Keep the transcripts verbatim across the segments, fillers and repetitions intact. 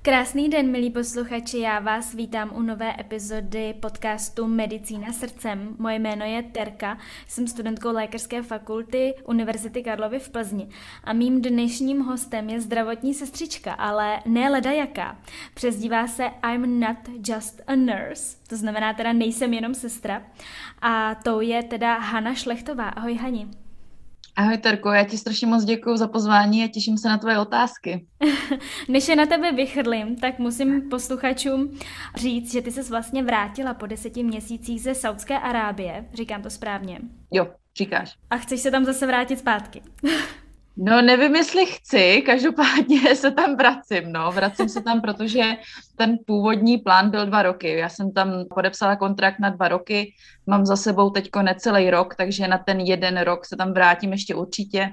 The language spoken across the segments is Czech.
Krásný den, milí posluchači, já vás vítám u nové epizody podcastu Medicína srdcem. Moje jméno je Terka, jsem studentkou lékařské fakulty Univerzity Karlovy v Plzni a mým dnešním hostem je zdravotní sestřička, ale ne ledajaká. Přezdívá se I'm not just a nurse, to znamená teda nejsem jenom sestra, a tou je teda Hana Šlechtová. Ahoj Hani. Ahoj Terko, já ti strašně moc děkuju za pozvání a těším se na tvoje otázky. Než je na tebe vychrlím, tak musím posluchačům říct, že ty ses vlastně vrátila po deseti měsících ze Saúdské Arábie, říkám to správně. Jo, říkáš. A chceš se tam zase vrátit zpátky. No nevím, jestli chci, každopádně se tam vracím, no. Vracím se tam, protože ten původní plán byl dva roky. Já jsem tam podepsala kontrakt na dva roky, mám za sebou teďko necelý rok, takže na ten jeden rok se tam vrátím ještě určitě.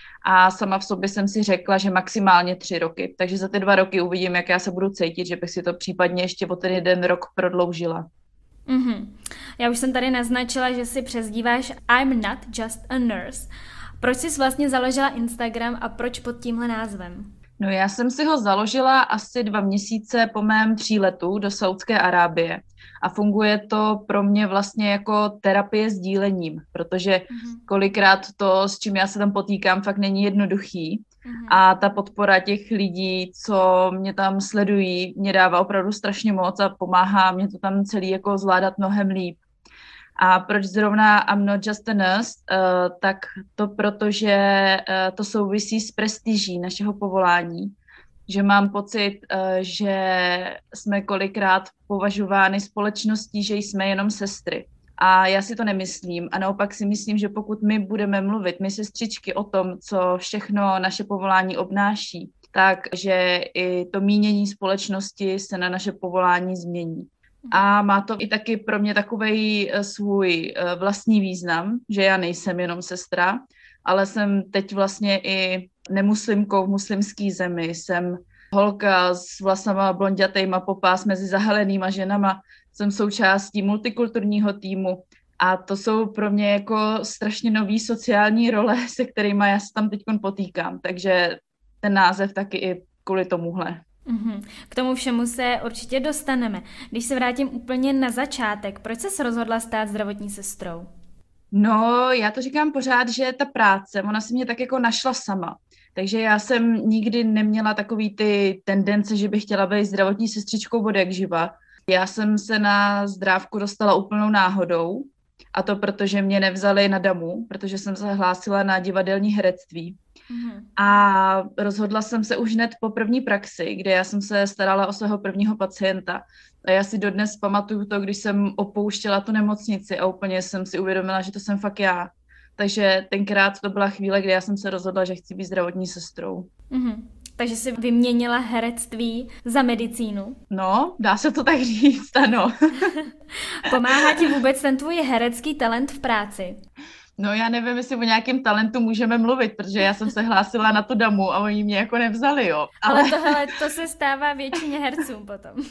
A sama v sobě jsem si řekla, že maximálně tři roky. Takže za ty dva roky uvidím, jak já se budu cítit, že bych si to případně ještě o ten jeden rok prodloužila. Mm-hmm. Já už jsem tady naznačila, že si přezdíváš I'm not just a nurse. Proč jsi vlastně založila Instagram a proč pod tímhle názvem? No já jsem si ho založila asi dva měsíce po mém příletu do Saúdské Arábie a funguje to pro mě vlastně jako terapie sdílením, protože mm-hmm. kolikrát to, s čím já se tam potýkám, fakt není jednoduchý mm-hmm. a ta podpora těch lidí, co mě tam sledují, mě dává opravdu strašně moc a pomáhá mě to tam celý jako zvládat mnohem líp. A proč zrovna I'm not just a nurse, uh, tak to protože uh, to souvisí s prestiží našeho povolání, že mám pocit, uh, že jsme kolikrát považovány společností, že jsme jenom sestry. A já si to nemyslím a naopak si myslím, že pokud my budeme mluvit, my sestřičky o tom, co všechno naše povolání obnáší, takže i to mínění společnosti se na naše povolání změní. A má to i taky pro mě takovej svůj vlastní význam, že já nejsem jenom sestra, ale jsem teď vlastně i nemuslimkou v muslimský zemi. Jsem holka s vlasama blondětejma po pás mezi zahalenýma ženama. Jsem součástí multikulturního týmu a to jsou pro mě jako strašně nový sociální role, se kterými já se tam teď potýkám. Takže ten název taky i kvůli tomuhle. Mm-hmm. K tomu všemu se určitě dostaneme. Když se vrátím úplně na začátek, proč jsi rozhodla stát zdravotní sestrou? No, já to říkám pořád, že ta práce, ona si mě tak jako našla sama. Takže já jsem nikdy neměla takový ty tendence, že bych chtěla být zdravotní sestřičkou od jak živa. Já jsem se na zdrávku dostala úplnou náhodou a to protože mě nevzali na damu, protože jsem se hlásila na divadelní herectví. Mm-hmm. A rozhodla jsem se už hned po první praxi, kde já jsem se starala o svého prvního pacienta. A já si dodnes pamatuju to, když jsem opouštěla tu nemocnici a úplně jsem si uvědomila, že to jsem fakt já. Takže tenkrát to byla chvíle, kdy já jsem se rozhodla, že chci být zdravotní sestrou. Mm-hmm. Takže jsi vyměnila herectví za medicínu? No, dá se to tak říct, ano. Pomáhá ti vůbec ten tvůj herecký talent v práci? No já nevím, jestli o nějakém talentu můžeme mluvit, protože já jsem se hlásila na tu damu a oni mě jako nevzali, jo. Ale, Ale tohle, to se stává většině hercům potom.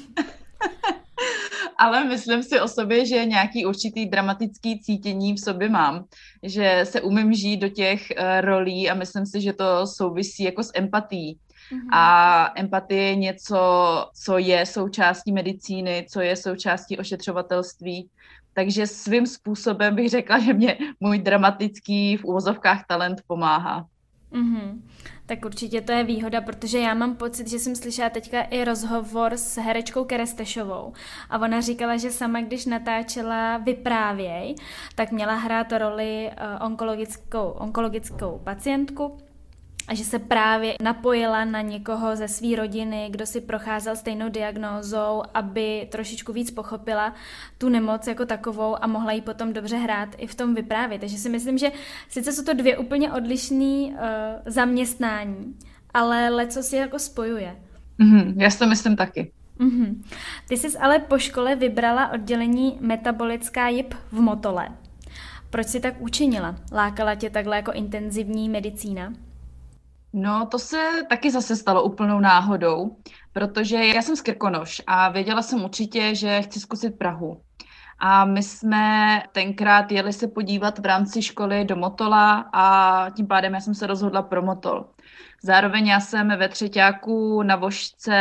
Ale myslím si o sobě, že nějaký určitý dramatický cítění v sobě mám, že se umím žít do těch uh, rolí a myslím si, že to souvisí jako s empatií. Mm-hmm. A empatie je něco, co je součástí medicíny, co je součástí ošetřovatelství. Takže svým způsobem bych řekla, že mě můj dramatický v uvozovkách talent pomáhá. Mm-hmm. Tak určitě to je výhoda, protože já mám pocit, že jsem slyšela teďka i rozhovor s herečkou Kerestešovou a ona říkala, že sama, když natáčela Vyprávěj, tak měla hrát roli uh, onkologickou, onkologickou pacientku a že se právě napojila na někoho ze své rodiny, kdo si procházel stejnou diagnózou, aby trošičku víc pochopila tu nemoc jako takovou a mohla ji potom dobře hrát i v tom vyprávět. Takže si myslím, že sice jsou to dvě úplně odlišné uh, zaměstnání, ale leco si jako spojuje. Mm-hmm, já si to myslím taky. Mm-hmm. Ty jsi ale po škole vybrala oddělení metabolická J I P v Motole. Proč jsi tak učinila? Lákala tě takhle jako intenzivní medicína? No, to se taky zase stalo úplnou náhodou, protože já jsem z Krkonoš a věděla jsem určitě, že chci zkusit Prahu. A my jsme tenkrát jeli se podívat v rámci školy do Motola a tím pádem já jsem se rozhodla pro Motol. Zároveň já jsem ve třeťáku na Vožce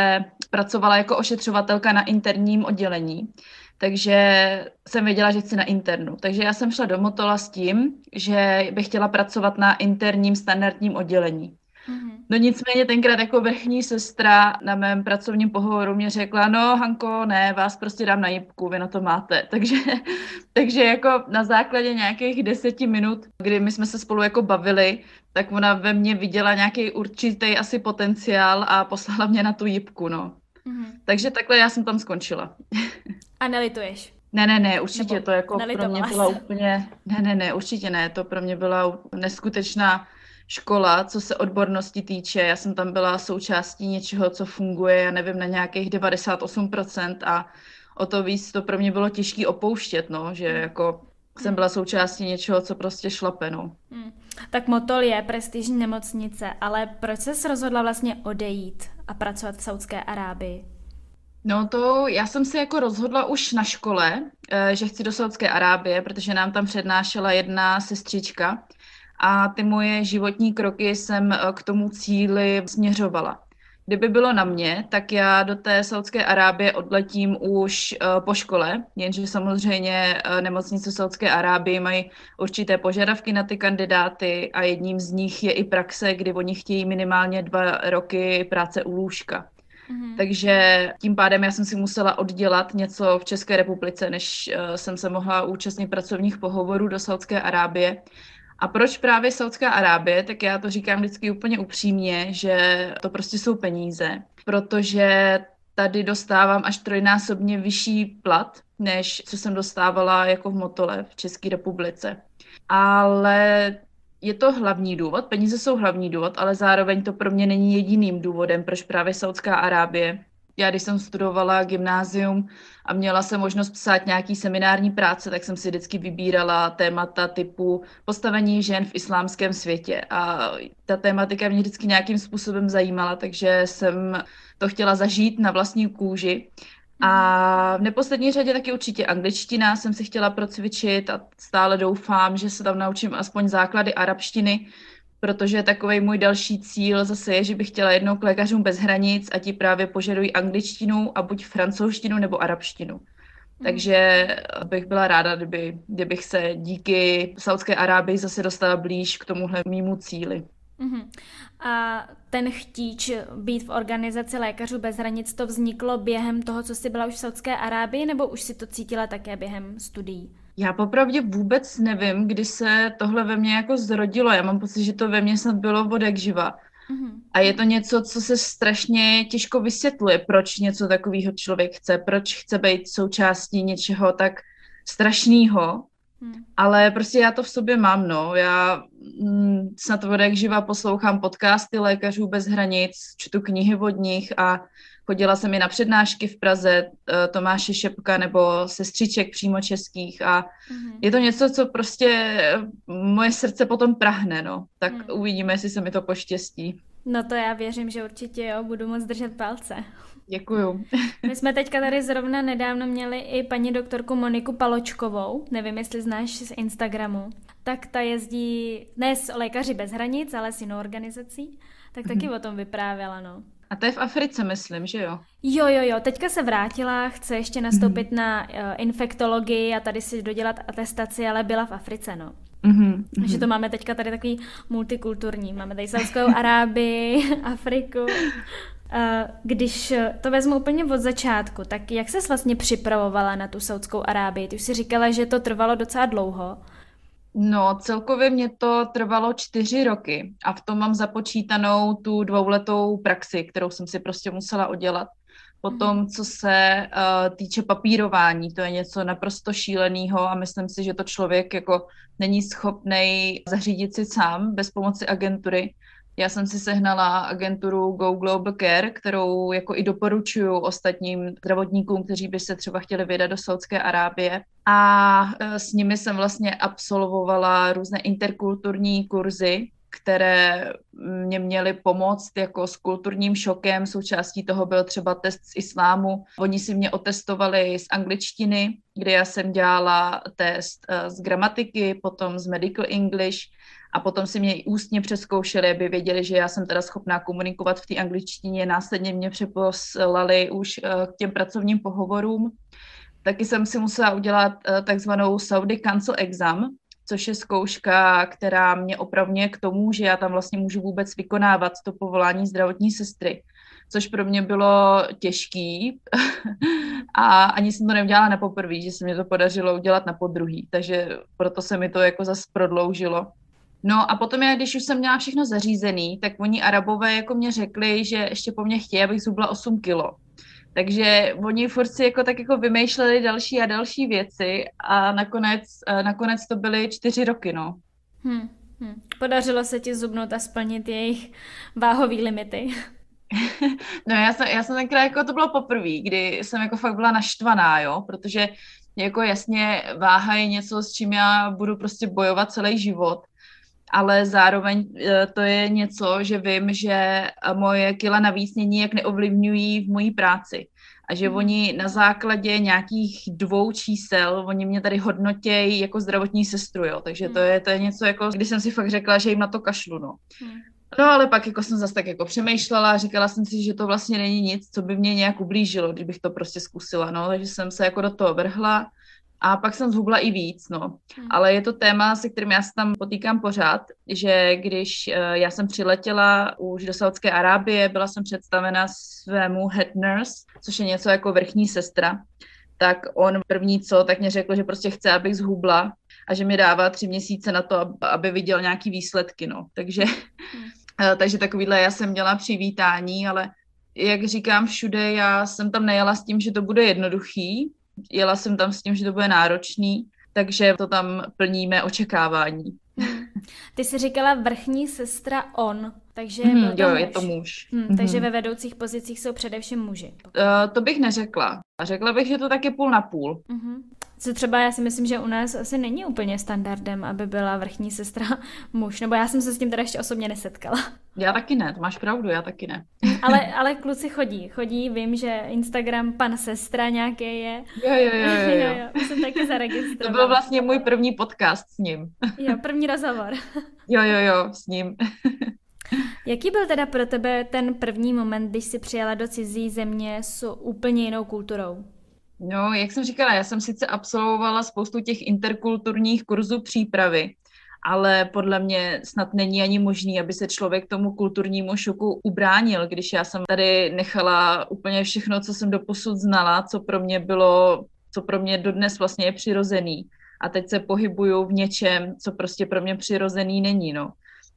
pracovala jako ošetřovatelka na interním oddělení, takže jsem věděla, že chci na internu. Takže já jsem šla do Motola s tím, že bych chtěla pracovat na interním standardním oddělení. Mm-hmm. No nicméně tenkrát jako vrchní sestra na mém pracovním pohovoru mě řekla, no Hanko, ne, vás prostě dám na jipku, vy na to máte. Takže, takže jako na základě nějakých deseti minut, kdy my jsme se spolu jako bavili, tak ona ve mně viděla nějaký určitý asi potenciál a poslala mě na tu jipku, no. Mm-hmm. Takže takhle já jsem tam skončila. A nelituješ? Ne, ne, ne, určitě Nebo to jako pro mě byla úplně, ne, ne, ne, určitě ne, to pro mě byla neskutečná škola, co se odbornosti týče. Já jsem tam byla součástí něčeho, co funguje, já nevím, na nějakých devadesát osm procent a o to víc to pro mě bylo těžké opouštět, no, že jako jsem byla součástí něčeho, co prostě šlape, no. Hmm. Tak Motol je prestižní nemocnice, ale proč ses rozhodla vlastně odejít a pracovat v Saúdské Arábii? No to já jsem si jako rozhodla už na škole, že chci do Saúdské Arábie, protože nám tam přednášela jedna sestřička a ty moje životní kroky jsem k tomu cíli směřovala. Kdyby bylo na mě, tak já do té Saúdské Arábie odletím už po škole, jenže samozřejmě nemocnice Saúdské Arábie mají určité požadavky na ty kandidáty a jedním z nich je i praxe, kdy oni chtějí minimálně dva roky práce u lůžka. Mm-hmm. Takže tím pádem já jsem si musela oddělat něco v České republice, než uh, jsem se mohla účastnit pracovních pohovorů do Saúdské Arábie. A proč právě Saúdská Arábie? Tak já to říkám vždycky úplně upřímně, že to prostě jsou peníze, protože tady dostávám až trojnásobně vyšší plat, než co jsem dostávala jako v Motole v České republice. Ale je to hlavní důvod, peníze jsou hlavní důvod, ale zároveň to pro mě není jediným důvodem, proč právě Saúdská Arábie. Já když jsem studovala gymnázium a měla jsem možnost psát nějaký seminární práce, tak jsem si vždycky vybírala témata typu postavení žen v islámském světě. A ta tématika mě vždycky nějakým způsobem zajímala, takže jsem to chtěla zažít na vlastní kůži. A v neposlední řadě taky určitě angličtina jsem si chtěla procvičit a stále doufám, že se tam naučím aspoň základy arabštiny, protože takovej můj další cíl zase je, že bych chtěla jednou k Lékařům bez hranic a ti právě požadují angličtinu a buď francouzštinu nebo arabštinu. Mm. Takže bych byla ráda, kdyby, kdybych se díky Saúdské Arábii zase dostala blíž k tomuhle mýmu cíli. Mm-hmm. A ten chtíč být v organizaci Lékařů bez hranic, to vzniklo během toho, co jsi byla už v Saúdské Arábii, nebo už si to cítila také během studií? Já popravdě vůbec nevím, kdy se tohle ve mně jako zrodilo. Já mám pocit, že to ve mně snad bylo odjakživa. Mm-hmm. A je to něco, co se strašně těžko vysvětluje, proč něco takového člověk chce, proč chce být součástí něčeho tak strašného. Hmm. Ale prostě já to v sobě mám, no. Já mm, snad odjakživa poslouchám podcasty Lékařů bez hranic, čtu knihy od nich a chodila jsem i na přednášky v Praze Tomáše Šepka nebo sestřiček přímo českých a hmm. je to něco, co prostě moje srdce potom prahne, no. Tak hmm. uvidíme, jestli se mi to poštěstí. No to já věřím, že určitě jo, budu moc držet palce. Děkuju. My jsme teďka tady zrovna nedávno měli i paní doktorku Moniku Paločkovou, nevím, jestli znáš z Instagramu, tak ta jezdí ne s Lékaři bez hranic, ale s jinou organizací, tak taky mm. o tom vyprávěla, no. A to je v Africe, myslím, že jo? Jo, jo, jo, teďka se vrátila, chce ještě nastoupit mm. na uh, infektologii a tady si dodělat atestaci, ale byla v Africe, no. Mm-hmm. Takže to máme teďka tady takový multikulturní, máme tady Saúdskou Arábii, Afriku. Když to vezmu úplně od začátku, tak jak ses vlastně připravovala na tu Saúdskou Arábii? Ty už si říkala, že to trvalo docela dlouho. No, celkově mě to trvalo čtyři roky a v tom mám započítanou tu dvouletou praxi, kterou jsem si prostě musela udělat. Potom, co se uh, týče papírování, to je něco naprosto šíleného a myslím si, že to člověk jako není schopnej zařídit si sám bez pomoci agentury. Já jsem si sehnala agenturu Go Global Care, kterou jako i doporučuju ostatním zdravotníkům, kteří by se třeba chtěli vydat do Saúdské Arábie. A s nimi jsem vlastně absolvovala různé interkulturní kurzy, které mě měly pomoct jako s kulturním šokem. Součástí toho byl třeba test z islámu. Oni si mě otestovali z angličtiny, kde já jsem dělala test z gramatiky, potom z medical English a potom si mě i ústně přezkoušeli, aby věděli, že já jsem teda schopná komunikovat v té angličtině. Následně mě přeposlali už k těm pracovním pohovorům. Taky jsem si musela udělat takzvanou Saudi Council Exam, což je zkouška, která mě opravňuje k tomu, že já tam vlastně můžu vůbec vykonávat to povolání zdravotní sestry, což pro mě bylo těžký a ani jsem to neudělala na poprvé, že se mi to podařilo udělat na podruhý, takže proto se mi to jako zase prodloužilo. No a potom, já, když už jsem měla všechno zařízený, tak oni Arabové jako mě řekli, že ještě po mně chtějí, abych zhubla osm kilo. Takže oni furt si jako tak jako vymýšleli další a další věci a nakonec, nakonec to byly čtyři roky, no. Hmm, hmm. Podařilo se ti zhubnout a splnit jejich váhový limity. No já jsem, já jsem tenkrát, jako to bylo poprvé, kdy jsem jako fakt byla naštvaná, jo, protože jako jasně váha je něco, s čím já budu prostě bojovat celý život, ale zároveň to je něco, že vím, že moje kila navíc mě nijak neovlivňují v mojí práci a že oni na základě nějakých dvou čísel, oni mě tady hodnotějí jako zdravotní sestru, jo, takže to je, to je něco jako, když jsem si fakt řekla, že jim na to kašlu, no. No ale pak jako jsem zase tak jako přemýšlela, říkala jsem si, že to vlastně není nic, co by mě nějak ublížilo, kdybych to prostě zkusila, no, takže jsem se jako do toho vrhla a pak jsem zhubla i víc, no. Hmm. Ale je to téma, se kterým já se tam potýkám pořád, že když uh, já jsem přiletěla už do Saúdské Arábie, byla jsem představena svému head nurse, což je něco jako vrchní sestra, tak on první co, tak mě řekl, že prostě chce, abych zhubla a že mi dává tři měsíce na to, aby viděl nějaký výsledky, no. Takže, hmm. uh, takže takovýhle já jsem měla přivítání, ale jak říkám všude, já jsem tam nejela s tím, že to bude jednoduchý, jela jsem tam s tím, že to bude náročný, takže to tam plní mé očekávání. Hmm. Ty jsi říkala vrchní sestra on, takže hmm, byl to jo, muž. je to muž. Hmm, hmm. Takže ve vedoucích pozicích jsou především muži. Uh, to bych neřekla. Řekla bych, že to tak je půl na půl. Hmm. Co třeba já si myslím, že u nás asi není úplně standardem, aby byla vrchní sestra muž, nebo já jsem se s tím teda ještě osobně nesetkala. Já taky ne, to máš pravdu, já taky ne. ale, ale kluci chodí, chodí, vím, že Instagram pan sestra nějaký je. Jo, jo, jo, jo. jo. jo, jo jsem taky zaregistrovala. To byl vlastně můj první podcast s ním. Jo, první rozhovor. jo, jo, jo, s ním. Jaký byl teda pro tebe ten první moment, když jsi přijela do cizí země s úplně jinou kulturou? No, jak jsem říkala, já jsem sice absolvovala spoustu těch interkulturních kurzů přípravy, ale podle mě snad není ani možný, aby se člověk tomu kulturnímu šoku ubránil, když já jsem tady nechala úplně všechno, co jsem doposud znala, co pro mě bylo, co pro mě dodnes vlastně je přirozený. A teď se pohybuju v něčem, co prostě pro mě přirozený není, no.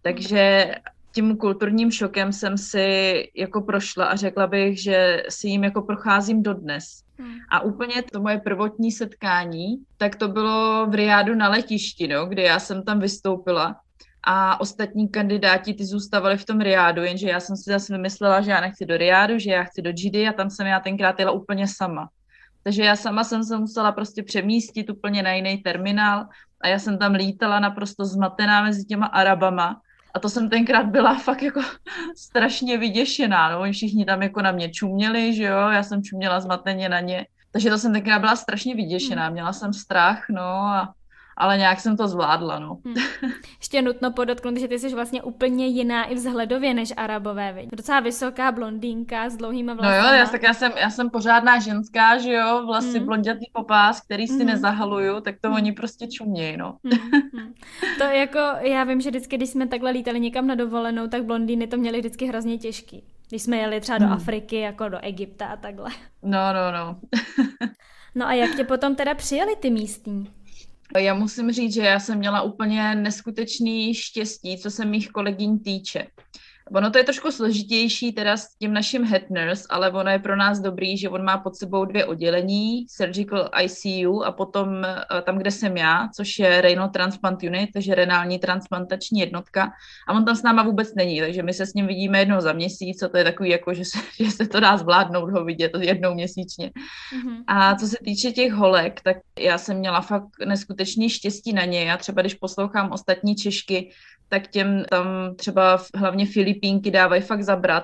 Takže tím kulturním šokem jsem si jako prošla a řekla bych, že si jim jako procházím dodnes. Hmm. A úplně to moje prvotní setkání, tak to bylo v Riádu na letišti, no, kdy já jsem tam vystoupila a ostatní kandidáti ty zůstavali v tom Riádu, jenže já jsem si zase vymyslela, že já nechci do Riádu, že já chci do Džidy a tam jsem já tenkrát jela úplně sama. Takže já sama jsem se musela prostě přemístit úplně na jiný terminál a já jsem tam lítala naprosto zmatená mezi těma Arabama. A to jsem tenkrát byla fakt jako strašně vyděšená, no, oni všichni tam jako na mě čuměli, že jo, já jsem čuměla zmateně na ně, takže to jsem tenkrát byla strašně vyděšená, měla jsem strach, no, a, ale nějak jsem to zvládla, no. Hmm. Ještě nutno podotknout, že ty jsi vlastně úplně jiná i vzhledově než Arabové, viď? Docela vysoká blondýnka s dlouhýma vlasama. No jo, já, tak já jsem, já jsem pořádná ženská, že jo, vlasy hmm. blondětý popás, který si hmm. nezahaluju, tak to hmm. oni prostě čumějí, no. Hmm. To jako, já vím, že vždycky, když jsme takhle lítali někam na dovolenou, tak blondýny to měly vždycky hrozně těžký. Když jsme jeli třeba hmm. do Afriky, jako do Egypta a takhle. No, no, no. No a jak tě potom teda přijali ty místní? Já musím říct, že já jsem měla úplně neskutečný štěstí, co se mých kolegyň týče. Ono to je trošku složitější teda s tím naším head nurse, ale ono je pro nás dobrý, že on má pod sebou dvě oddělení, surgical I C U a potom tam, kde jsem já, což je renal transplant unit, takže renální transplantační jednotka a on tam s náma vůbec není, takže my se s ním vidíme jednou za měsíc a to je takový jako, že se, že se to dá zvládnout ho vidět jednou měsíčně. Mm-hmm. A co se týče těch holek, tak já jsem měla fakt neskutečný štěstí na ně. Já třeba, když poslouchám ostatní Češky, tak těm tam třeba hlavně Filipínky dávají fakt zabrat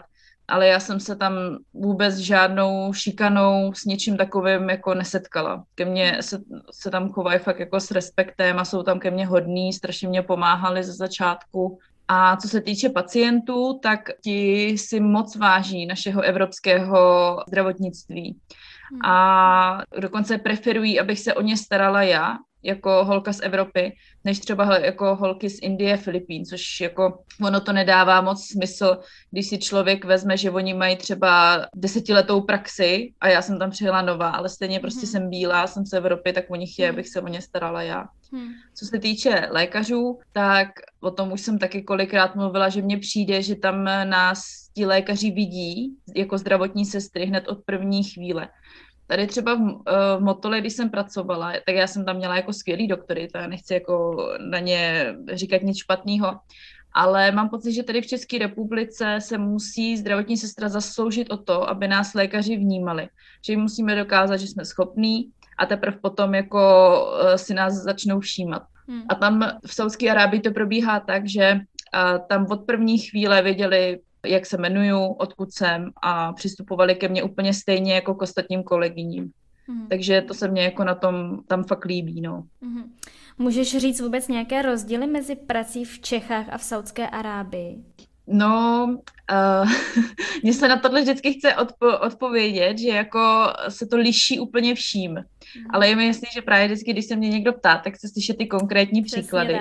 ale já jsem se tam vůbec žádnou šikanou s něčím takovým jako nesetkala. Ke mně se, se tam chovají fakt jako s respektem a jsou tam ke mně hodní, strašně mě pomáhali ze začátku. A co se týče pacientů, tak ti si moc váží našeho evropského zdravotnictví. A dokonce preferují, abych se o ně starala já, jako holka z Evropy, než třeba jako holky z Indie, Filipín, což jako ono to nedává moc smysl, když si člověk vezme, že oni mají třeba desetiletou praxi a já jsem tam přijela nová, ale stejně prostě mm. jsem bílá, jsem z Evropy, tak oni chtějí, abych se o ně starala já. Mm. Co se týče lékařů, tak o tom už jsem taky kolikrát mluvila, že mně přijde, že tam nás ti lékaři vidí jako zdravotní sestry hned od první chvíle. Tady třeba v, v Motole, když jsem pracovala, tak já jsem tam měla jako skvělý doktory, to já nechci jako na ně říkat nic špatného, ale mám pocit, že tady v České republice se musí zdravotní sestra zasloužit o to, aby nás lékaři vnímali. Že jim musíme dokázat, že jsme schopní a teprve potom jako si nás začnou všímat. Hmm. A tam v Saúdské Arábii to probíhá tak, že tam od první chvíle věděli, jak se jmenuju, odkud jsem a přistupovali ke mně úplně stejně jako k ostatním kolegyním. Mm. Takže to se mně jako na tom tam fakt líbí, no. Mm. Můžeš říct vůbec nějaké rozdíly mezi prací v Čechách a v Saúdské Arábii? No, uh, mně se na tohle vždycky chce odpo- odpovědět, že jako se to liší úplně vším. Mm. Ale je mi jasný, že právě vždycky, když se mě někdo ptá, tak chce slyšet ty konkrétní Přesně příklady.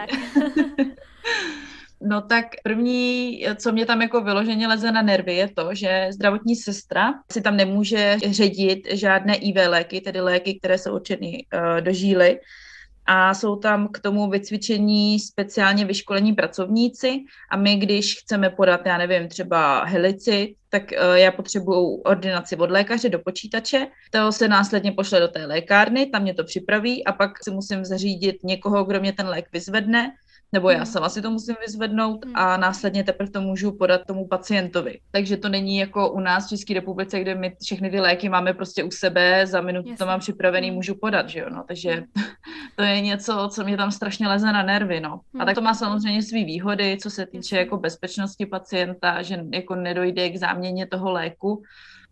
No tak první, co mě tam jako vyloženě leze na nervy, je to, že zdravotní sestra si tam nemůže ředit žádné í vé léky, tedy léky, které jsou určeny uh, do žíly. A jsou tam k tomu vycvičení speciálně vyškolení pracovníci a my, když chceme podat, já nevím, třeba helici, tak uh, já potřebuju ordinaci od lékaře do počítače, to se následně pošle do té lékárny, tam mě to připraví a pak si musím zařídit někoho, kdo mě ten lék vyzvedne, nebo já sama si to musím vyzvednout a následně teprve to můžu podat tomu pacientovi. Takže to není jako u nás v České republice, kde my všechny ty léky máme prostě u sebe, za minutu to mám připravený, můžu podat, že jo, no. Takže to je něco, co mě tam strašně leze na nervy, no. A tak to má samozřejmě svý výhody, co se týče jako bezpečnosti pacienta, že jako nedojde k záměně toho léku,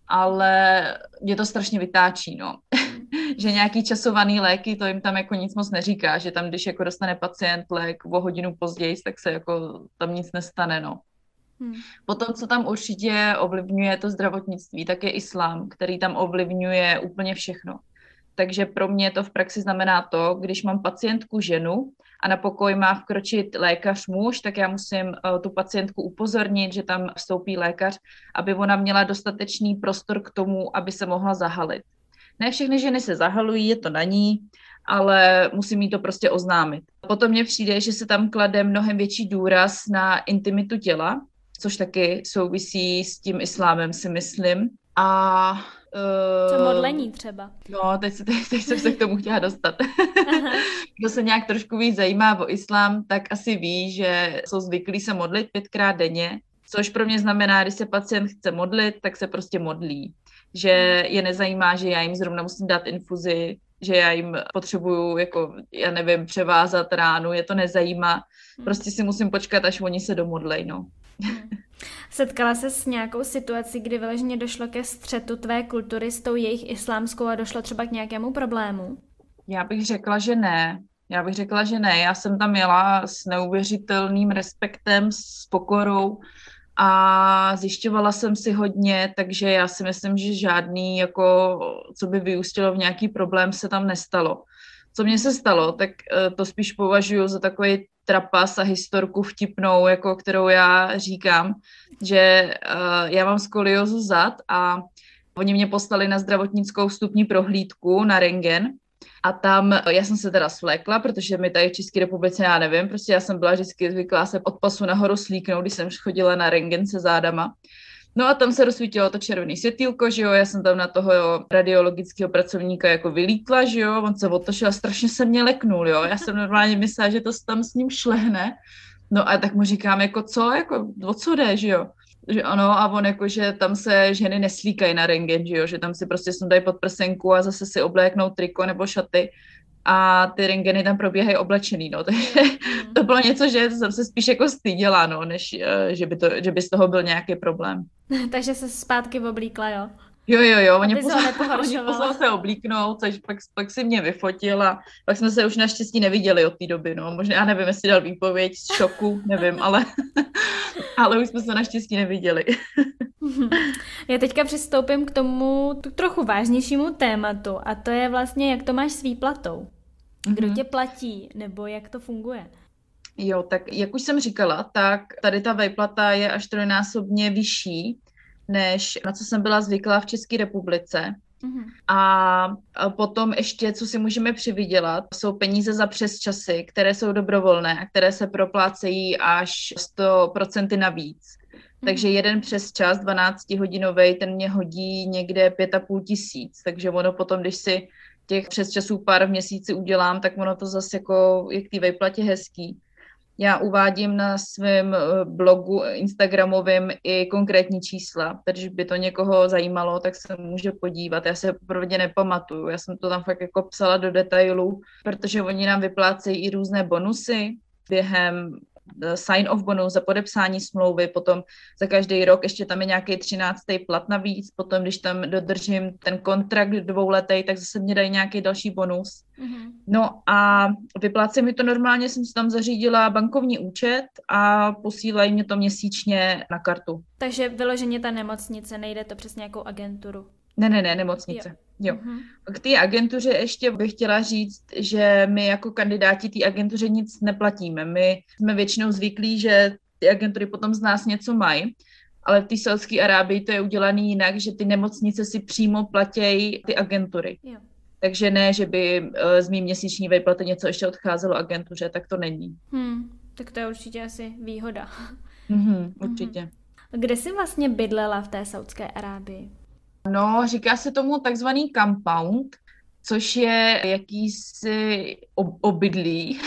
ale mě to strašně vytáčí, no. Že nějaký časovaný léky, to jim tam jako nic moc neříká, že tam, když jako dostane pacient lék o hodinu později, tak se jako tam nic nestane, no. Hmm. Potom, co tam určitě ovlivňuje to zdravotnictví, tak je islám, který tam ovlivňuje úplně všechno. Takže pro mě to v praxi znamená to, když mám pacientku ženu a na pokoj má vkročit lékař muž, tak já musím uh, tu pacientku upozornit, že tam vstoupí lékař, aby ona měla dostatečný prostor k tomu, aby se mohla zahalit. Ne všechny ženy se zahalují, je to na ní, ale musím jí to prostě oznámit. Potom mně přijde, že se tam klade mnohem větší důraz na intimitu těla, což taky souvisí s tím islámem, si myslím. A uh, co modlení třeba. No, teď, teď, teď jsem se k tomu chtěla dostat. Kdo se nějak trošku víc zajímá o islám, tak asi ví, že jsou zvyklí se modlit pětkrát denně, což pro mě znamená, když se pacient chce modlit, tak se prostě modlí. Že je nezajímá, že já jim zrovna musím dát infuzi, že já jim potřebuju, jako, já nevím, převázat ránu, je to nezajímá. Prostě si musím počkat, až oni se domodlej, no. Setkala se s nějakou situací, kdy vyloženě došlo ke střetu tvé kultury s tou jejich islámskou a došlo třeba k nějakému problému? Já bych řekla, že ne. Já bych řekla, že ne. Já jsem tam jela s neuvěřitelným respektem, s pokorou a zjišťovala jsem si hodně, takže já si myslím, že žádný, jako, co by vyústilo v nějaký problém, se tam nestalo. Co mně se stalo, tak to spíš považuji za takový trapas a historku vtipnou, jako kterou já říkám, že uh, já mám skoliozu zad a oni mě poslali na zdravotnickou vstupní prohlídku na rentgen a tam já jsem se teda svlékla, protože mi tady v České republice, já nevím, prostě já jsem byla vždycky zvyklá se od pasu nahoru slíknout, když jsem chodila na rentgen se zádama. No a tam se rozsvítilo to červené světýlko, že jo, já jsem tam na toho jo, radiologického pracovníka jako vylítla, že jo, on se otočil a strašně se mě leknul, jo, já jsem normálně myslela, že to tam s ním šlehne, no a tak mu říkám, jako co, jako o co jde, že jo, že ano, a on jako, že tam se ženy neslíkají na rentgen, že jo, že tam si prostě sundají podprsenku a zase si obléknou triko nebo šaty, a ty rentgeny tam probíhají oblečený, no, takže mm. to bylo něco, že jsem se spíš jako styděla, no, než že by, to, že by z toho byl nějaký problém. Takže se zpátky oblíkla, jo? Jo, jo, jo, oni poslali se oblíknout, což pak, pak si mě vyfotil a pak jsme se už naštěstí neviděli od té doby, no, možná, já nevím, jestli dal výpověď z šoku, nevím, ale, ale už jsme se naštěstí neviděli. Já teďka přistoupím k tomu trochu vážnějšímu tématu a to je vlastně, jak to máš s výplatou. Kdo mm-hmm. tě platí, nebo jak to funguje? Jo, tak jak už jsem říkala, tak tady ta výplata je až trojnásobně vyšší, než na co jsem byla zvyklá v České republice. Mm-hmm. A potom ještě, co si můžeme přivydělat, jsou peníze za přesčasy, které jsou dobrovolné a které se proplácejí až sto procent navíc. Mm-hmm. Takže jeden přesčas, dvanáctihodinový, ten mě hodí někde pět a půl tisíc. Takže ono potom, když si těch přesčasů pár v měsíci udělám, tak ono to zase jako je k té výplatě hezký. Já uvádím na svém blogu instagramovém i konkrétní čísla, takže by to někoho zajímalo, tak se může podívat. Já se opravdu nepamatuju, já jsem to tam fakt jako psala do detailů, protože oni nám vyplácejí i různé bonusy během sign-off bonus za podepsání smlouvy, potom za každý rok ještě tam je nějaký třináctý plat navíc, potom když tam dodržím ten kontrakt dvouletý, tak zase mě dají nějaký další bonus. Mm-hmm. No a vyplácí mi to normálně, jsem si tam zařídila bankovní účet a posílají mě to měsíčně na kartu. Takže vyloženě ta nemocnice, nejde to přes nějakou agenturu? Ne, ne, ne, nemocnice. Jo. Jo. Mm-hmm. K té agentuře ještě bych chtěla říct, že my jako kandidáti té agentuře nic neplatíme. My jsme většinou zvyklí, že ty agentury potom z nás něco mají, ale v té Saúdské Arábii to je udělané jinak, že ty nemocnice si přímo platějí ty agentury. Jo. Takže ne, že by z mý měsíční výplaty něco ještě odcházelo agentuře, tak to není. Hmm, tak to je určitě asi výhoda. Mm-hmm, určitě. Mm-hmm. Kde jsi vlastně bydlela v té Saúdské Arábii? No, říká se tomu takzvaný compound, což je jakýsi obydlí,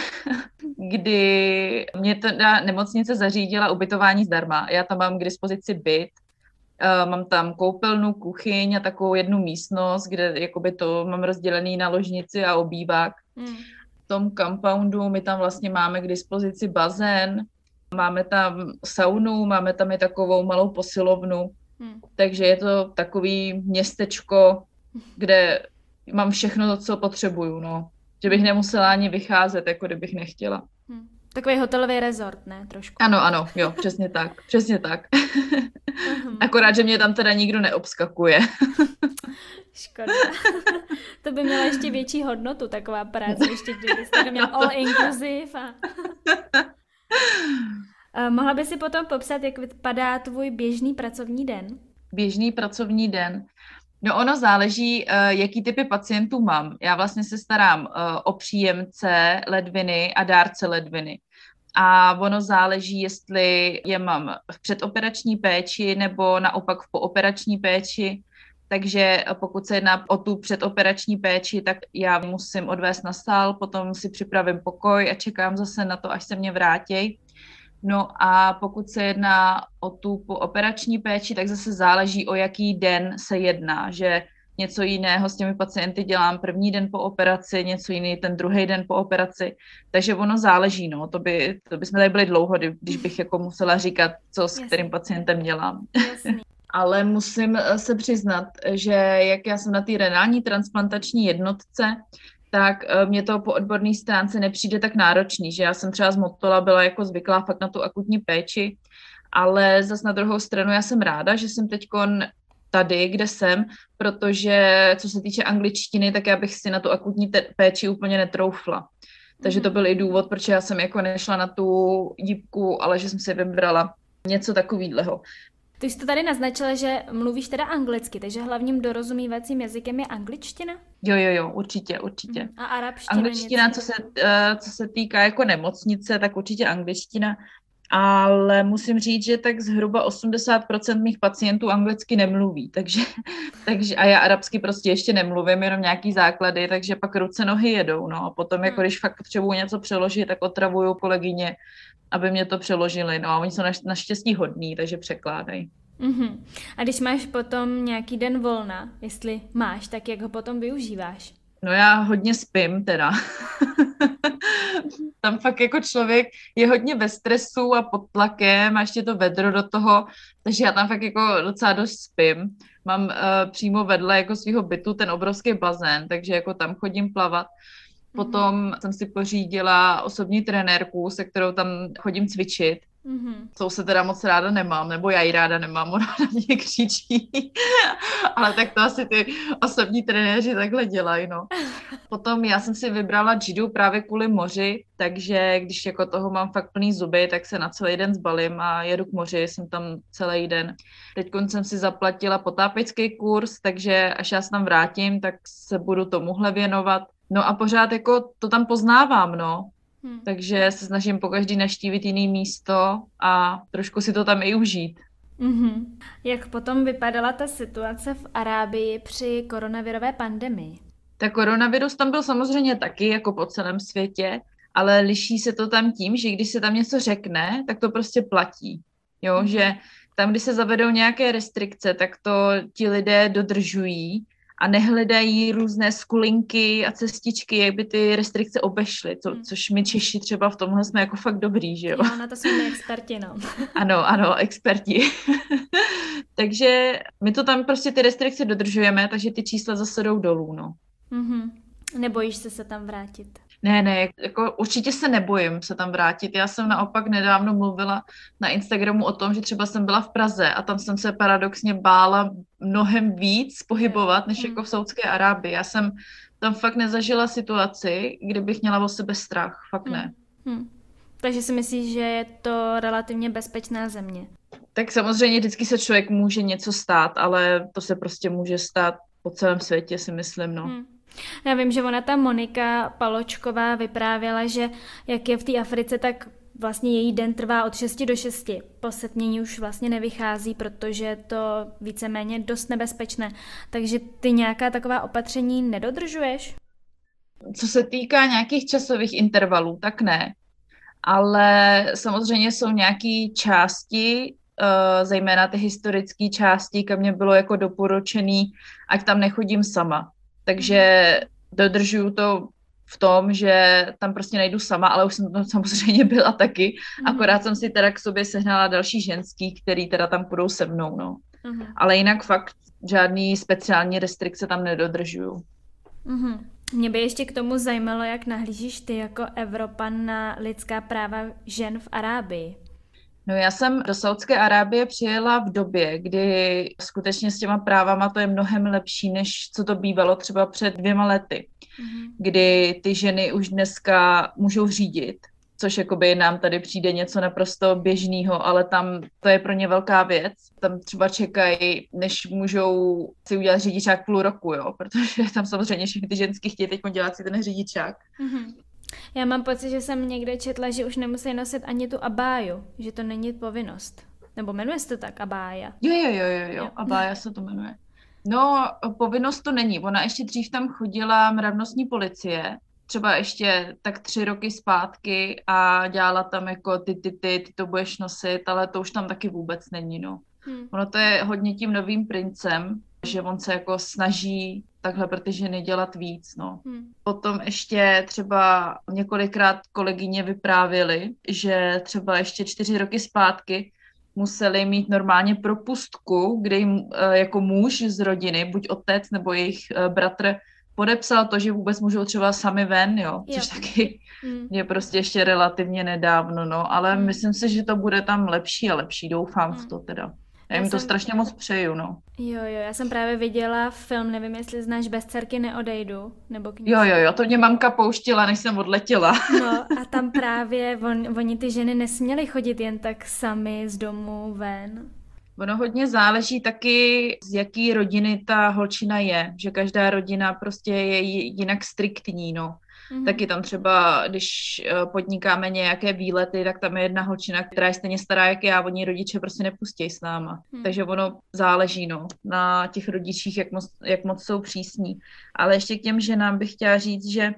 kdy mě teda nemocnice zařídila ubytování zdarma. Já tam mám k dispozici byt, mám tam koupelnu, kuchyň a takovou jednu místnost, kde jakoby to mám rozdělený na ložnici a obývák. Mm. V tom compoundu my tam vlastně máme k dispozici bazén, máme tam saunu, máme tam i takovou malou posilovnu. Hmm. Takže je to takový městečko, kde mám všechno to, co potřebuju, no. Že bych nemusela ani vycházet, jako kdybych nechtěla. Hmm. Takový hotelový resort, ne? Trošku. Ano, ano, jo, přesně tak, přesně tak. Uh-huh. Akorát, že mě tam teda nikdo neobskakuje. Škoda. To by měla ještě větší hodnotu, taková práce, ještě kdybyste to měla all inclusive. A... Uh, mohla by si potom popsat, jak vypadá tvůj běžný pracovní den? Běžný pracovní den? No ono záleží, uh, jaký typy pacientů mám. Já vlastně se starám uh, o příjemce ledviny a dárce ledviny. A ono záleží, jestli je mám v předoperační péči nebo naopak v pooperační péči. Takže pokud se jedná o tu předoperační péči, tak já musím odvést na sál, potom si připravím pokoj a čekám zase na to, až se mě vrátí. No a pokud se jedná o tu pooperační péči, tak zase záleží, o jaký den se jedná, že něco jiného s těmi pacienty dělám první den po operaci, něco jiný ten druhý den po operaci, takže ono záleží, no, to by, to by jsme tady byli dlouho, když bych jako musela říkat, co s Jasný. kterým pacientem dělám. Jasný. Ale musím se přiznat, že jak já jsem na té renální transplantační jednotce, tak mě to po odborné stránce nepřijde tak náročný, že já jsem třeba z Motola byla jako zvyklá fakt na tu akutní péči, ale zas na druhou stranu já jsem ráda, že jsem teďkon tady, kde jsem, protože co se týče angličtiny, tak já bych si na tu akutní te- péči úplně netroufla. Takže to byl i důvod, proč já jsem jako nešla na tu jípku, ale že jsem si vybrala něco takového. Ty jsi to tady naznačila, že mluvíš teda anglicky, takže hlavním dorozumívacím jazykem je angličtina? Jo, jo, jo, určitě, určitě. A arabština? Angličtina, co se, co se týká jako nemocnice, tak určitě angličtina, ale musím říct, že tak zhruba osmdesát procent mých pacientů anglicky nemluví, takže, takže a já arabsky prostě ještě nemluvím, jenom nějaký základy, takže pak ruce, nohy jedou, no a potom, jako když fakt potřebuji něco přeložit, tak otravuju kolegyně, aby mě to přeložili, no a oni jsou naš, naštěstí hodní, takže překládají. Mm-hmm. A když máš potom nějaký den volna, jestli máš, tak jak ho potom využíváš? No já hodně spím teda. Tam fakt jako člověk je hodně ve stresu a pod tlakem a ještě to vedro do toho, takže já tam fakt jako docela dost spím. Mám uh, přímo vedle jako svého bytu ten obrovský bazén, takže jako tam chodím plavat. Potom mm-hmm. jsem si pořídila osobní trenérku, se kterou tam chodím cvičit. Mm-hmm. Tou se teda moc ráda nemám, nebo já ji ráda nemám, ona na mě křičí. Ale tak to asi ty osobní trenéři takhle dělají, no. Potom já jsem si vybrala judu právě kvůli moři, takže když jako toho mám fakt plný zuby, tak se na celý den zbalím a jedu k moři, jsem tam celý den. Teď jsem si zaplatila potápěčský kurz, takže až já se tam vrátím, tak se budu tomuhle věnovat. No a pořád jako to tam poznávám, no. Hmm. Takže se snažím pokaždý navštívit jiný místo a trošku si to tam i užít. Mm-hmm. Jak potom vypadala ta situace v Arábii při koronavirové pandemii? Tak koronavirus tam byl samozřejmě taky, jako po celém světě, ale liší se to tam tím, že když se tam něco řekne, tak to prostě platí. Jo, mm-hmm. že tam, když se zavedou nějaké restrikce, tak to ti lidé dodržují a nehledají různé skulinky a cestičky, jak by ty restrikce obešly, co, hmm. což my Češi třeba v tomhle jsme jako fakt dobrý, že jo? Jo, na to jsme my experti, no. Ano, ano, experti. Takže my to tam prostě ty restrikce dodržujeme, takže ty čísla zase jdou dolů, no. Mm-hmm. Nebojíš se se tam vrátit? Ne, ne, jako určitě se nebojím se tam vrátit. Já jsem naopak nedávno mluvila na Instagramu o tom, že třeba jsem byla v Praze a tam jsem se paradoxně bála mnohem víc pohybovat, než jako v Saúdské Arábii. Já jsem tam fakt nezažila situaci, kdy bych měla o sebe strach. Fakt ne. Hmm. Hmm. Takže si myslíš, že je to relativně bezpečná země? Tak samozřejmě vždycky se člověk může něco stát, ale to se prostě může stát po celém světě, si myslím, no. Hmm. Já vím, že ona ta Monika Paločková vyprávěla, že jak je v té Africe, tak vlastně její den trvá od šesti do šesti. Po setmění už vlastně nevychází, protože je to víceméně dost nebezpečné. Takže ty nějaká taková opatření nedodržuješ? Co se týká nějakých časových intervalů, tak ne. Ale samozřejmě jsou nějaké části, zejména ty historické části, kam mě bylo jako doporučený, ať tam nechodím sama. Takže dodržuju to v tom, že tam prostě nejdu sama, ale už jsem tam samozřejmě byla taky. Mm-hmm. Akorát jsem si teda k sobě sehnala další ženský, který teda tam půjdou se mnou, no. Mm-hmm. Ale jinak fakt žádný speciální restrikce tam nedodržuju. Mm-hmm. Mě by ještě k tomu zajímalo, jak nahlížíš ty jako Evropan na lidská práva žen v Arábii. No já jsem do Saúdské Arábie přijela v době, kdy skutečně s těma právama to je mnohem lepší, než co to bývalo třeba před dvěma lety, mm-hmm. kdy ty ženy už dneska můžou řídit, což jakoby nám tady přijde něco naprosto běžného, ale tam to je pro ně velká věc. Tam třeba čekají, než můžou si udělat řidičák půl roku, jo, protože tam samozřejmě všechny ty ženský chtějí teď dělat si ten řidičák. Mm-hmm. Já mám pocit, že jsem někde četla, že už nemusí nosit ani tu abáju, že to není povinnost. Nebo jmenuje se to tak, abája? Jo, jo, jo, jo, jo. Abája se to jmenuje. No, povinnost to není. Ona ještě dřív tam chodila mravnostní policie, třeba ještě tak tři roky zpátky a dělala tam jako ty, ty, ty, ty to budeš nosit, ale to už tam taky vůbec není, no. Hmm. Ono to je hodně tím novým princem, že on se jako snaží takhle pro ty ženy dělat víc, no. Hmm. Potom ještě třeba několikrát kolegyně vyprávěly, že třeba ještě čtyři roky zpátky museli mít normálně propustku, kde jim jako muž z rodiny, buď otec nebo jejich bratr, podepsal to, že vůbec můžou třeba sami ven, jo, což jo. taky mm. je prostě ještě relativně nedávno, no, ale mm. myslím si, že to bude tam lepší a lepší, doufám mm. v to teda. Já jim to jsem... strašně moc přeju, no. Jo, jo, já jsem právě viděla film, nevím, jestli znáš Bez dcerky neodejdu, nebo knižku. Jo, jo, jo, to mě mamka pouštila, než jsem odletěla. No a tam právě on, oni ty ženy nesměly chodit jen tak sami z domu ven. Ono hodně záleží taky, z jaký rodiny ta holčina je, že každá rodina prostě je jinak striktní, no. Mm-hmm. Taky tam třeba, když podnikáme nějaké výlety, tak tam je jedna holčina, která je stejně stará jak já, oni rodiče prostě nepustí s náma. Mm. Takže ono záleží, no, na těch rodičích, jak moc, jak moc jsou přísní. Ale ještě k těm ženám bych chtěla říct, že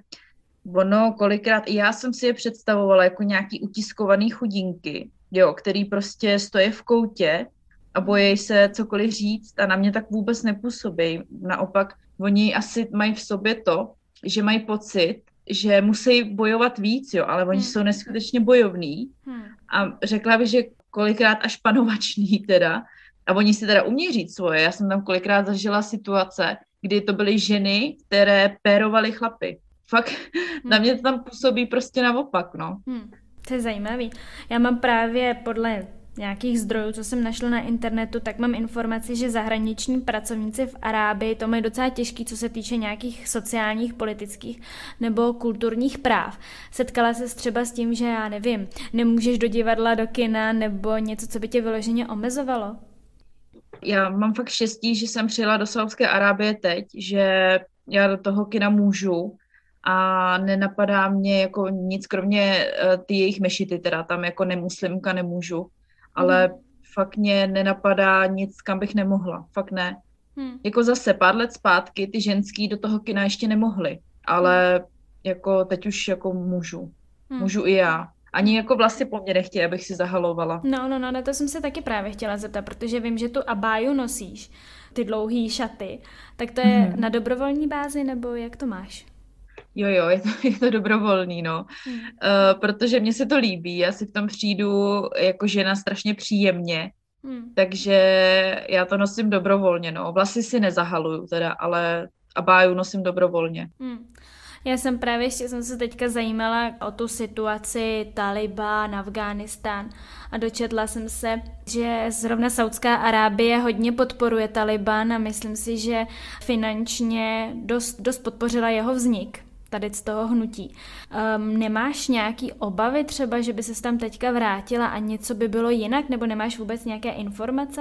ono kolikrát, i já jsem si je představovala jako nějaký utiskovaný chudinky, jo, který prostě stojí v koutě a bojí se cokoliv říct a na mě tak vůbec nepůsobí. Naopak, oni asi mají v sobě to, že mají pocit, že musí bojovat víc, jo, ale oni hmm. jsou neskutečně bojovní hmm. a řekla bych, že kolikrát až panovační teda, a oni si teda umí říct svoje. Já jsem tam kolikrát zažila situace, kdy to byly ženy, které pérovaly chlapy. Fakt, hmm. na mě to tam působí prostě naopak, no. Hmm. To je zajímavý. Já mám právě podle nějakých zdrojů, co jsem našla na internetu, tak mám informaci, že zahraniční pracovníci v Arábii to mají docela těžký, co se týče nějakých sociálních, politických nebo kulturních práv. Setkala ses třeba s tím, že já nevím, nemůžeš do divadla, do kina nebo něco, co by tě vyloženě omezovalo? Já mám fakt štěstí, že jsem přijela do Saúdské Arábie teď, že já do toho kina můžu a nenapadá mě jako nic, kromě uh, ty jejich mešity, teda tam jako nemuslimka nemůžu, ale hmm. fakt mě nenapadá nic, kam bych nemohla, fakt ne. Hmm. Jako zase pár let zpátky ty ženský do toho kina ještě nemohly, ale hmm. jako teď už jako můžu, hmm. můžu i já. Ani jako vlastně po mně nechtějí, abych si zahalovala. No, no, no, na to jsem se taky právě chtěla zeptat, protože vím, že tu abáju nosíš, ty dlouhý šaty, tak to je hmm. na dobrovolní bázi, nebo jak to máš? Jo, jo, je to, je to dobrovolný, no. Hmm. Uh, protože mně se to líbí, já si v tom přijdu jako žena strašně příjemně, hmm. takže já to nosím dobrovolně, no. Vlasy si nezahaluju teda, ale abáju nosím dobrovolně. Hmm. Já jsem právě ještě jsem se teďka zajímala o tu situaci Taliban, Afghánistán a dočetla jsem se, že zrovna Saúdská Arábie hodně podporuje Taliban a myslím si, že finančně dost, dost podpořila jeho vznik tady z toho hnutí. Um, nemáš nějaký obavy třeba, že by ses tam teďka vrátila a něco by bylo jinak, nebo nemáš vůbec nějaké informace?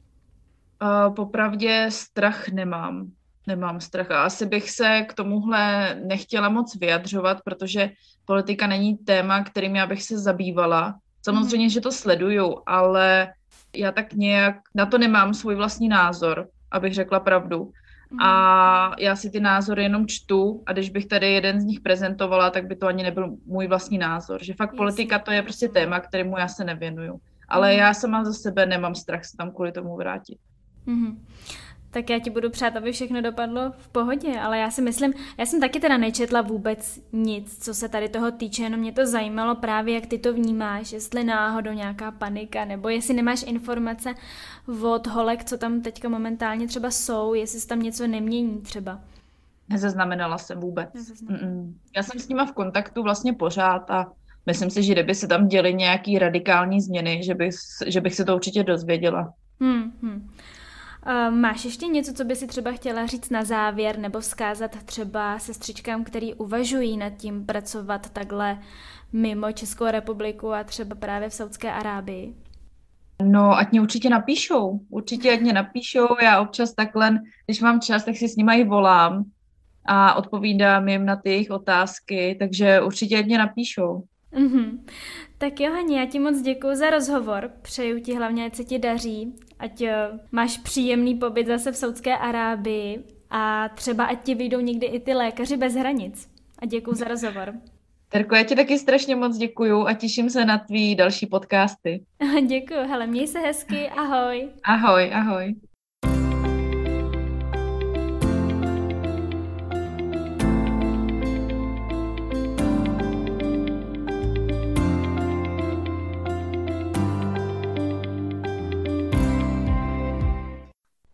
Uh, popravdě strach nemám. Nemám strach a asi bych se k tomuhle nechtěla moc vyjadřovat, protože politika není téma, kterým já bych se zabývala. Samozřejmě, mm. že to sleduju, ale já tak nějak na to nemám svůj vlastní názor, abych řekla pravdu. Mm. A já si ty názory jenom čtu a když bych tady jeden z nich prezentovala, tak by to ani nebyl můj vlastní názor. Že fakt Jasně. politika to je prostě téma, kterému já se nevěnuju. Ale mm. já sama za sebe nemám strach se tam kvůli tomu vrátit. Mm. Tak já ti budu přát, aby všechno dopadlo v pohodě, ale já si myslím, já jsem taky teda nečetla vůbec nic, co se tady toho týče, jenom mě to zajímalo právě, jak ty to vnímáš, jestli náhodou nějaká panika, nebo jestli nemáš informace od holek, co tam teďka momentálně třeba jsou, jestli se tam něco nemění třeba. Nezaznamenala jsem vůbec. Nezaznamenala. Já jsem s nima v kontaktu vlastně pořád a myslím si, že kdyby se tam děly nějaký radikální změny, že bych, že bych se to určitě dozvěděla. Hmm, hmm. Uh, máš ještě něco, co by si třeba chtěla říct na závěr nebo vzkázat třeba sestřičkám, který uvažují nad tím pracovat takhle mimo Českou republiku a třeba právě v Saúdské Arábii? No, ať mě určitě napíšou. Určitě ať mě napíšou. Já občas takhle, když mám čas, tak si s nimi i volám a odpovídám jim na ty jejich otázky, takže určitě ať mě napíšou. Mm-hmm. Tak jo, Hani, já ti moc děkuju za rozhovor. Přeju ti hlavně, ať se ti daří, ať uh, máš příjemný pobyt zase v Saúdské Arábii a třeba ať ti vyjdou někdy i ty lékaři bez hranic. A děkuju za rozhovor. Terko, já ti taky strašně moc děkuju a těším se na tvý další podcasty. Děkuju, hele, měj se hezky, ahoj. Ahoj, ahoj.